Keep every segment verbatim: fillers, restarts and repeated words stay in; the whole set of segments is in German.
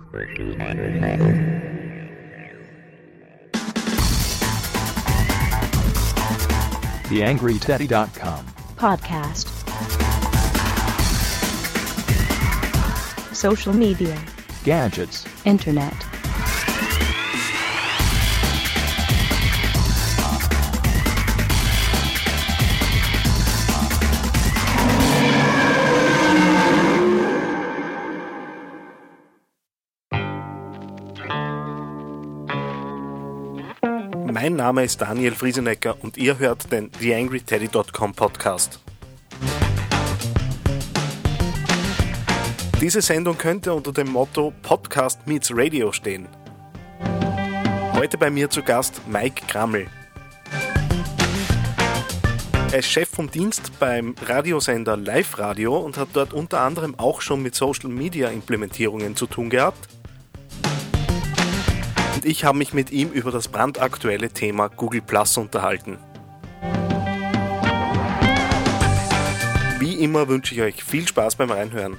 the angry teddy dot com Podcast. Social media. Gadgets. Internet. Mein Name ist Daniel Friesenecker und ihr hört den the angry teddy dot com Podcast. Diese Sendung könnte unter dem Motto Podcast meets Radio stehen. Heute bei mir zu Gast Mike Grammel. Er ist Chef vom Dienst beim Radiosender Live Radio und hat dort unter anderem auch schon mit Social Media Implementierungen zu tun gehabt. Und ich habe mich mit ihm über das brandaktuelle Thema Google Plus unterhalten. Wie immer wünsche ich euch viel Spaß beim Reinhören.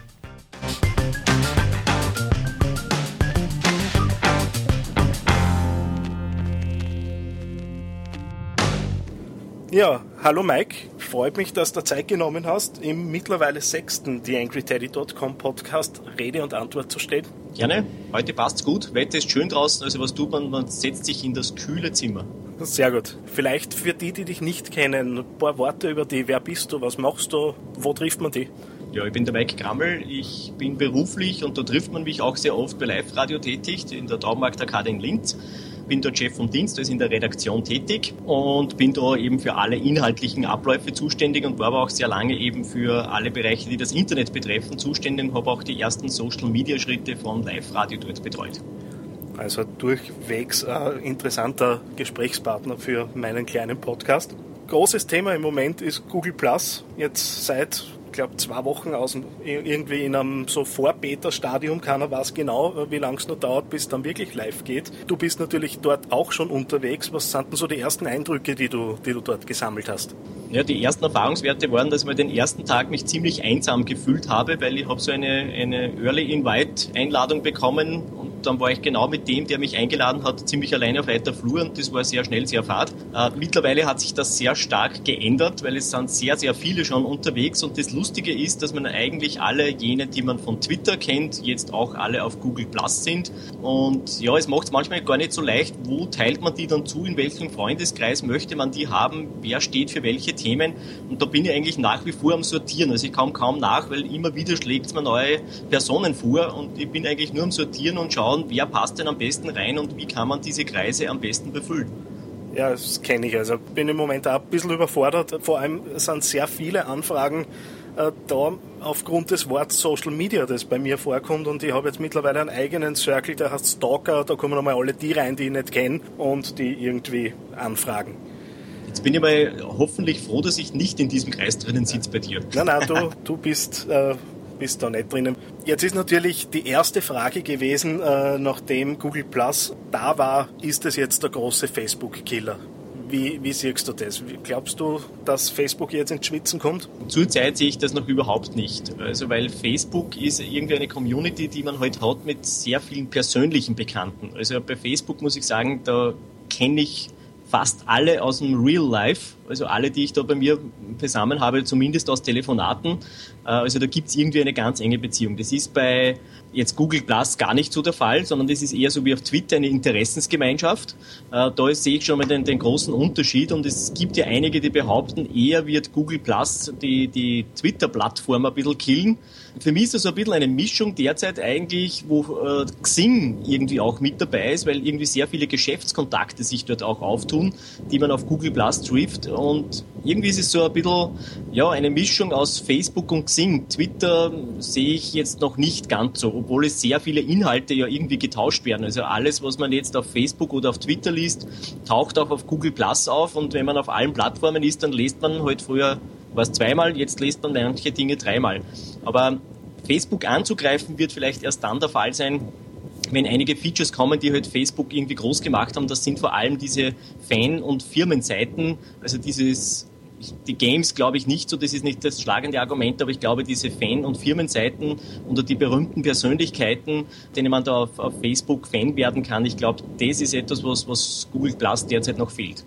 Ja, hallo Mike, freut mich, dass du Zeit genommen hast, im mittlerweile sechsten the angry teddy dot com Podcast Rede und Antwort zu stehen. Gerne, heute passt's gut, Wetter ist schön draußen, also was tut man? Man setzt sich in das kühle Zimmer. Sehr gut. Vielleicht für die, die dich nicht kennen, ein paar Worte über dich. Wer bist du, was machst du, wo trifft man dich? Ja, ich bin der Mike Grammel, ich bin beruflich und da trifft man mich auch sehr oft bei Live Radio tätig, in der Taubenmarkt-Arkade in Linz. Bin dort Chef vom Dienst, also in der Redaktion tätig und bin da eben für alle inhaltlichen Abläufe zuständig und war aber auch sehr lange eben für alle Bereiche, die das Internet betreffen, zuständig und habe auch die ersten Social-Media-Schritte von Live Radio dort betreut. Also durchwegs ein interessanter Gesprächspartner für meinen kleinen Podcast. Großes Thema im Moment ist Google Plus, jetzt seit ich glaube, zwei Wochen aus dem, irgendwie in einem so Vor-Beta-Stadium. Keiner weiß genau, wie lange es noch dauert, bis es dann wirklich live geht. Du bist natürlich dort auch schon unterwegs. Was sind denn so die ersten Eindrücke, die du, die du dort gesammelt hast? Ja, die ersten Erfahrungswerte waren, dass ich mir den ersten Tag mich ziemlich einsam gefühlt habe, weil ich habe so eine, eine Early-Invite-Einladung bekommen und dann war ich genau mit dem, der mich eingeladen hat, ziemlich alleine auf weiter Flur und das war sehr schnell, sehr fad. Äh, mittlerweile hat sich das sehr stark geändert, weil es sind sehr, sehr viele schon unterwegs und das Lustige ist, dass man eigentlich alle jene, die man von Twitter kennt, jetzt auch alle auf Google Plus sind und ja, es macht es manchmal gar nicht so leicht, wo teilt man die dann zu, in welchem Freundeskreis möchte man die haben, wer steht für welche Themen und da bin ich eigentlich nach wie vor am Sortieren, also ich komme kaum nach, weil immer wieder schlägt es mir neue Personen vor und ich bin eigentlich nur am Sortieren und schauen, wer passt denn am besten rein und wie kann man diese Kreise am besten befüllen. Ja, das kenne ich. Also bin im Moment auch ein bisschen überfordert. Vor allem sind sehr viele Anfragen äh, da aufgrund des Wortes Social Media, das bei mir vorkommt. Und ich habe jetzt mittlerweile einen eigenen Circle, der heißt Stalker. Da kommen nochmal alle die rein, die ich nicht kenne und die irgendwie anfragen. Jetzt bin ich mal hoffentlich froh, dass ich nicht in diesem Kreis drinnen sitze bei dir. Nein, nein, du, du bist... Äh, bist da nicht drinnen. Jetzt ist natürlich die erste Frage gewesen, äh, nachdem Google Plus da war, ist es jetzt der große Facebook-Killer? Wie, wie siehst du das? Wie, glaubst du, dass Facebook jetzt ins Schwitzen kommt? Zurzeit sehe ich das noch überhaupt nicht. Also weil Facebook ist irgendwie eine Community, die man heute hat mit sehr vielen persönlichen Bekannten. Also bei Facebook muss ich sagen, da kenne ich fast alle aus dem Real Life, also alle, die ich da bei mir beisammen habe, zumindest aus Telefonaten. Also da gibt es irgendwie eine ganz enge Beziehung. Das ist bei jetzt Google Plus gar nicht so der Fall, sondern das ist eher so wie auf Twitter eine Interessensgemeinschaft. Da sehe ich schon mal den, den großen Unterschied und es gibt ja einige, die behaupten, eher wird Google Plus die, die Twitter-Plattform ein bisschen killen. Für mich ist das so ein bisschen eine Mischung derzeit eigentlich, wo äh, Xing irgendwie auch mit dabei ist, weil irgendwie sehr viele Geschäftskontakte sich dort auch auftun, die man auf Google Plus trifft und irgendwie ist es so ein bisschen ja, eine Mischung aus Facebook und Xing. Twitter sehe ich jetzt noch nicht ganz so, obwohl es sehr viele Inhalte ja irgendwie getauscht werden. Also alles, was man jetzt auf Facebook oder auf Twitter liest, taucht auch auf Google Plus auf und wenn man auf allen Plattformen ist, dann liest man halt früher was zweimal, jetzt liest man manche Dinge dreimal. Aber Facebook anzugreifen wird vielleicht erst dann der Fall sein, wenn einige Features kommen, die halt Facebook irgendwie groß gemacht haben. Das sind vor allem diese Fan- und Firmenseiten, also dieses die Games glaube ich nicht so, das ist nicht das schlagende Argument, aber ich glaube, diese Fan- und Firmenseiten oder die berühmten Persönlichkeiten, denen man da auf, auf Facebook Fan werden kann, ich glaube, das ist etwas, was, was Google Plus derzeit noch fehlt.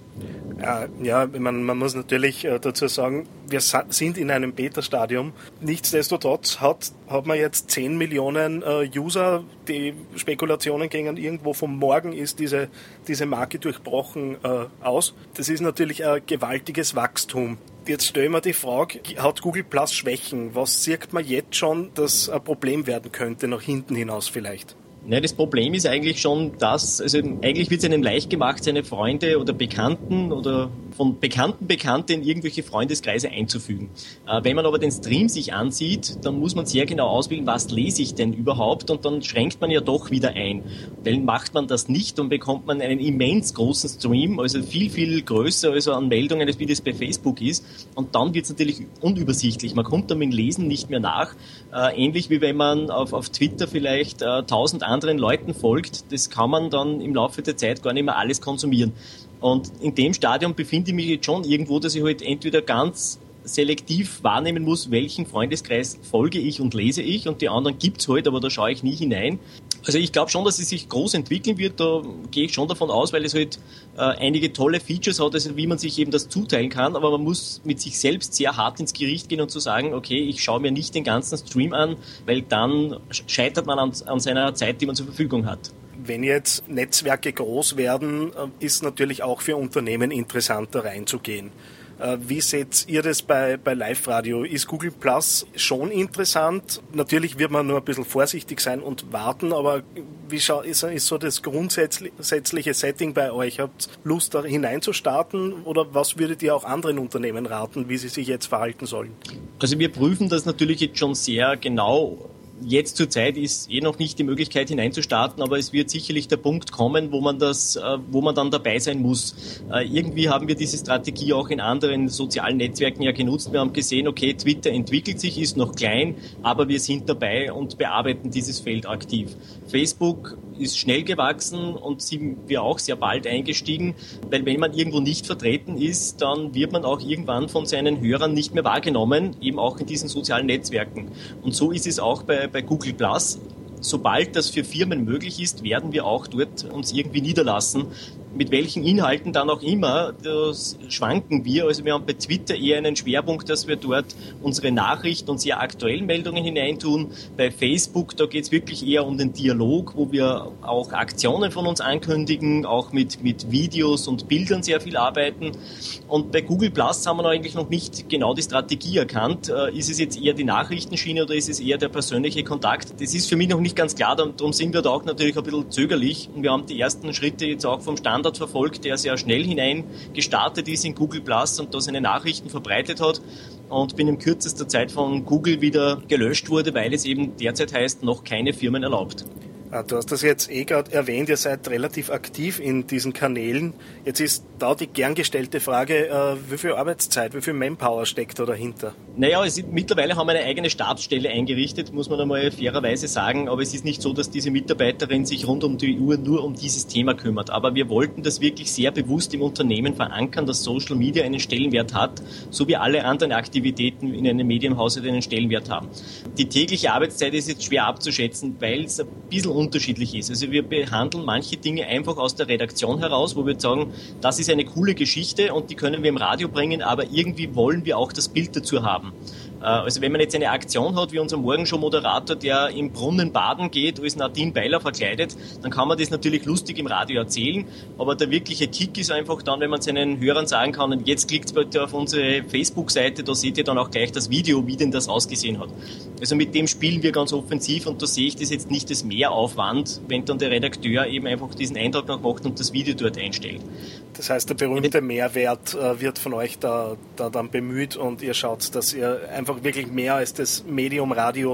Ja, man, man muss natürlich dazu sagen, wir sind in einem Beta-Stadium. Nichtsdestotrotz hat, hat man jetzt zehn Millionen äh, User. Die Spekulationen gingen irgendwo vom Morgen ist diese, diese Marke durchbrochen äh, aus. Das ist natürlich ein gewaltiges Wachstum. Jetzt stellen wir die Frage, hat Google Plus Schwächen? Was sieht man jetzt schon, dass ein Problem werden könnte, nach hinten hinaus vielleicht? Ja, das Problem ist eigentlich schon das, also eigentlich wird es einem leicht gemacht, seine Freunde oder Bekannten oder von Bekannten Bekannte in irgendwelche Freundeskreise einzufügen. Äh, wenn man aber den Stream sich ansieht, dann muss man sehr genau auswählen, was lese ich denn überhaupt, und dann schränkt man ja doch wieder ein. Denn macht man das nicht, dann bekommt man einen immens großen Stream, also viel, viel größer also an Meldungen, als wie das bei Facebook ist, und dann wird es natürlich unübersichtlich. Man kommt dann mit dem Lesen nicht mehr nach, äh, ähnlich wie wenn man auf, auf Twitter vielleicht äh, tausend anderen Leuten folgt, das kann man dann im Laufe der Zeit gar nicht mehr alles konsumieren. Und in dem Stadium befinde ich mich jetzt schon irgendwo, dass ich halt entweder ganz selektiv wahrnehmen muss, welchen Freundeskreis folge ich und lese ich, und die anderen gibt's halt, aber da schaue ich nie hinein. Also ich glaube schon, dass es sich groß entwickeln wird, da gehe ich schon davon aus, weil es halt äh, einige tolle Features hat, also wie man sich eben das zuteilen kann, aber man muss mit sich selbst sehr hart ins Gericht gehen und zu sagen, okay, ich schaue mir nicht den ganzen Stream an, weil dann scheitert man an, an seiner Zeit, die man zur Verfügung hat. Wenn jetzt Netzwerke groß werden, ist natürlich auch für Unternehmen interessanter reinzugehen. Wie seht ihr das bei, bei Live-Radio? Ist Google Plus schon interessant? Natürlich wird man nur ein bisschen vorsichtig sein und warten, aber wie schau, ist, ist so das grundsätzliche Setting bei euch? Habt ihr Lust, da hineinzustarten, oder was würdet ihr auch anderen Unternehmen raten, wie sie sich jetzt verhalten sollen? Also wir prüfen das natürlich jetzt schon sehr genau. Jetzt zur Zeit ist eh noch nicht die Möglichkeit hineinzustarten, aber es wird sicherlich der Punkt kommen, wo man das, wo man dann dabei sein muss. Irgendwie haben wir diese Strategie auch in anderen sozialen Netzwerken ja genutzt. Wir haben gesehen, okay, Twitter entwickelt sich, ist noch klein, aber wir sind dabei und bearbeiten dieses Feld aktiv. Facebook ist schnell gewachsen und sind wir auch sehr bald eingestiegen, weil wenn man irgendwo nicht vertreten ist, dann wird man auch irgendwann von seinen Hörern nicht mehr wahrgenommen, eben auch in diesen sozialen Netzwerken. Und so ist es auch bei bei Google Plus. Sobald das für Firmen möglich ist, werden wir auch dort uns irgendwie niederlassen. Mit welchen Inhalten dann auch immer, das schwanken wir. Also wir haben bei Twitter eher einen Schwerpunkt, dass wir dort unsere Nachrichten und sehr aktuellen Meldungen hineintun. Bei Facebook, da geht es wirklich eher um den Dialog, wo wir auch Aktionen von uns ankündigen, auch mit, mit Videos und Bildern sehr viel arbeiten. Und bei Google Plus haben wir eigentlich noch nicht genau die Strategie erkannt. Ist es jetzt eher die Nachrichtenschiene oder ist es eher der persönliche Kontakt? Das ist für mich noch nicht ganz klar, darum sind wir da auch natürlich ein bisschen zögerlich. Und wir haben die ersten Schritte jetzt auch vom Standard verfolgt, der sehr schnell hinein gestartet ist in Google Plus und da seine Nachrichten verbreitet hat, und binnen kürzester Zeit von Google wieder gelöscht wurde, weil es eben derzeit heißt, noch keine Firmen erlaubt. Du hast das jetzt eh gerade erwähnt, ihr seid relativ aktiv in diesen Kanälen. Jetzt ist da die gern gestellte Frage, äh, wie viel Arbeitszeit, wie viel Manpower steckt da dahinter? Naja, es ist, mittlerweile haben wir eine eigene Stabsstelle eingerichtet, muss man einmal fairerweise sagen, aber es ist nicht so, dass diese Mitarbeiterin sich rund um die Uhr nur um dieses Thema kümmert. Aber wir wollten das wirklich sehr bewusst im Unternehmen verankern, dass Social Media einen Stellenwert hat, so wie alle anderen Aktivitäten in einem Medienhaus einen Stellenwert haben. Die tägliche Arbeitszeit ist jetzt schwer abzuschätzen, weil es ein bisschen unterschiedlich ist. Also wir behandeln manche Dinge einfach aus der Redaktion heraus, wo wir sagen, das ist eine coole Geschichte und die können wir im Radio bringen, aber irgendwie wollen wir auch das Bild dazu haben. Also wenn man jetzt eine Aktion hat, wie unser Morgenshow-Moderator, der im Brunnen baden geht, als Nadine Beiler verkleidet, dann kann man das natürlich lustig im Radio erzählen, aber der wirkliche Kick ist einfach dann, wenn man seinen Hörern sagen kann, und jetzt klickt bitte auf unsere Facebook-Seite, da seht ihr dann auch gleich das Video, wie denn das ausgesehen hat. Also mit dem spielen wir ganz offensiv und da sehe ich das jetzt nicht als Mehraufwand, wenn dann der Redakteur eben einfach diesen Eintrag noch macht und das Video dort einstellt. Das heißt, der berühmte Mehrwert äh, wird von euch da, da dann bemüht und ihr schaut, dass ihr einfach wirklich mehr als das Medium Radio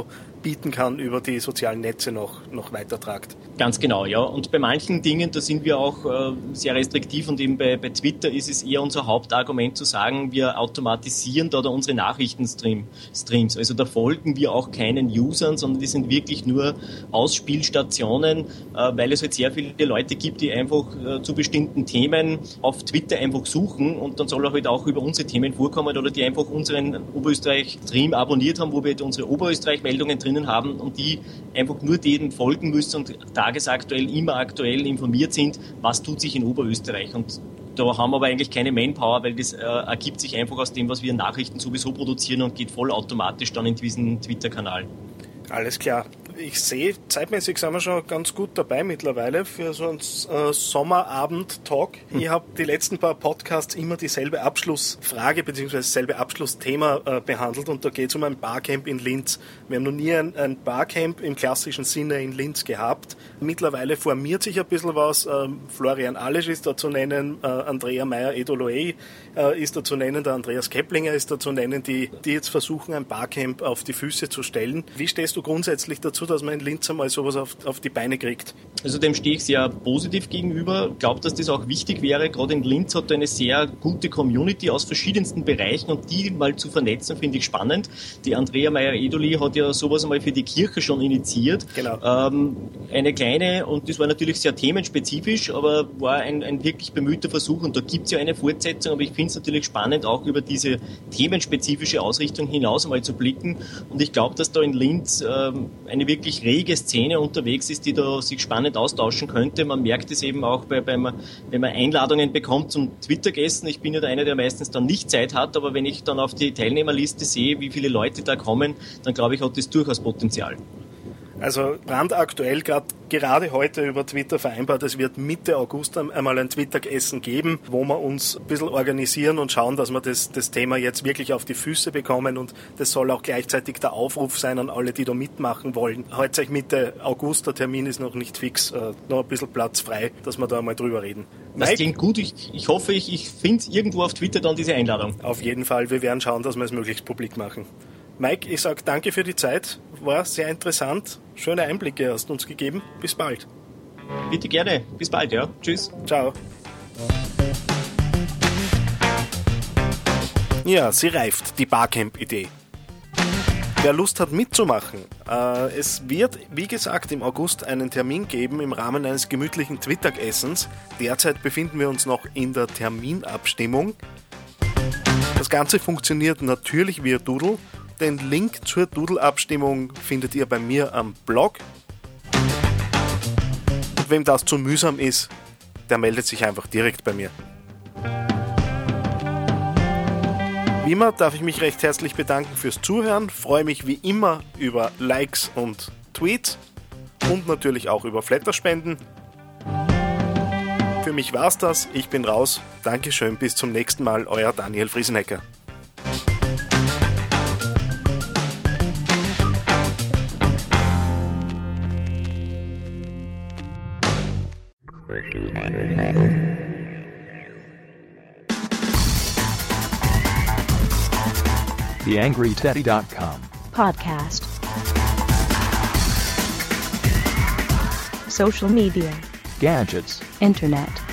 bieten kann, über die sozialen Netze noch, noch weitertragt. Ganz genau, ja. Und bei manchen Dingen, da sind wir auch äh, sehr restriktiv und eben bei, bei Twitter ist es eher unser Hauptargument zu sagen, wir automatisieren da, da unsere Nachrichtenstreams. Also da folgen wir auch keinen Usern, sondern die sind wirklich nur Ausspielstationen, äh, weil es halt sehr viele Leute gibt, die einfach äh, zu bestimmten Themen auf Twitter einfach suchen und dann soll er halt auch über unsere Themen vorkommen oder die einfach unseren Oberösterreich-Stream abonniert haben, wo wir unsere Oberösterreich-Meldungen drinnen haben und die einfach nur denen folgen müssen und tagesaktuell, immer aktuell informiert sind, was tut sich in Oberösterreich. Und da haben wir aber eigentlich keine Manpower, weil das äh, ergibt sich einfach aus dem, was wir in Nachrichten sowieso produzieren und geht vollautomatisch dann in diesen Twitter-Kanal. Alles klar. Ich sehe, zeitmäßig sind wir schon ganz gut dabei mittlerweile für so einen äh, Sommerabend-Talk. Hm. Ich habe die letzten paar Podcasts immer dieselbe Abschlussfrage bzw. dasselbe Abschlussthema äh, behandelt und da geht es um ein Barcamp in Linz. Wir haben noch nie ein, ein Barcamp im klassischen Sinne in Linz gehabt. Mittlerweile formiert sich ein bisschen was. Ähm, Florian Alisch ist da zu nennen, äh, Andrea Meyer-Edoloey äh, ist da zu nennen, der Andreas Keplinger ist da zu nennen, die, die jetzt versuchen, ein Barcamp auf die Füße zu stellen. Wie stehst du grundsätzlich dazu, dass man in Linz einmal sowas auf, auf die Beine kriegt? Also dem stehe ich sehr positiv gegenüber. Ich glaube, dass das auch wichtig wäre. Gerade in Linz hat eine sehr gute Community aus verschiedensten Bereichen und die mal zu vernetzen, finde ich spannend. Die Andrea Meyer-Edoli hat ja sowas einmal für die Kirche schon initiiert. Genau. Ähm, eine kleine, und das war natürlich sehr themenspezifisch, aber war ein, ein wirklich bemühter Versuch und da gibt es ja eine Fortsetzung, aber ich finde es natürlich spannend, auch über diese themenspezifische Ausrichtung hinaus einmal zu blicken und ich glaube, dass da in Linz ähm, eine wirklich rege Szene unterwegs ist, die da sich spannend austauschen könnte. Man merkt es eben auch, bei, bei, wenn man Einladungen bekommt zum Twitter-Gästen. Ich bin ja der eine, der meistens dann nicht Zeit hat, aber wenn ich dann auf die Teilnehmerliste sehe, wie viele Leute da kommen, dann glaube ich, hat das durchaus Potenzial. Also brandaktuell, grad, gerade heute über Twitter vereinbart, es wird Mitte August einmal ein Twitter-Essen geben, wo wir uns ein bisschen organisieren und schauen, dass wir das, das Thema jetzt wirklich auf die Füße bekommen und das soll auch gleichzeitig der Aufruf sein an alle, die da mitmachen wollen. Heute Mitte August, der Termin ist noch nicht fix, äh, noch ein bisschen Platz frei, dass wir da mal drüber reden. Das Mike, klingt gut, ich, ich hoffe, ich, ich finde irgendwo auf Twitter dann diese Einladung. Auf jeden Fall, wir werden schauen, dass wir es möglichst publik machen. Mike, ich sage danke für die Zeit, war sehr interessant, schöne Einblicke hast du uns gegeben, bis bald. Bitte gerne, bis bald, ja, tschüss. Ciao. Ja, sie reift, die Barcamp-Idee. Wer Lust hat mitzumachen, äh, es wird, wie gesagt, im August einen Termin geben im Rahmen eines gemütlichen Twitter-Essens. Derzeit befinden wir uns noch in der Terminabstimmung. Das Ganze funktioniert natürlich via Doodle. Den Link zur Doodle-Abstimmung findet ihr bei mir am Blog. Und wem das zu mühsam ist, der meldet sich einfach direkt bei mir. Wie immer darf ich mich recht herzlich bedanken fürs Zuhören, freue mich wie immer über Likes und Tweets und natürlich auch über Flatterspenden. Für mich war's das, ich bin raus. Dankeschön, bis zum nächsten Mal, euer Daniel Friesenecker. the angry teddy dot com Podcast. Social media. Gadgets. Internet.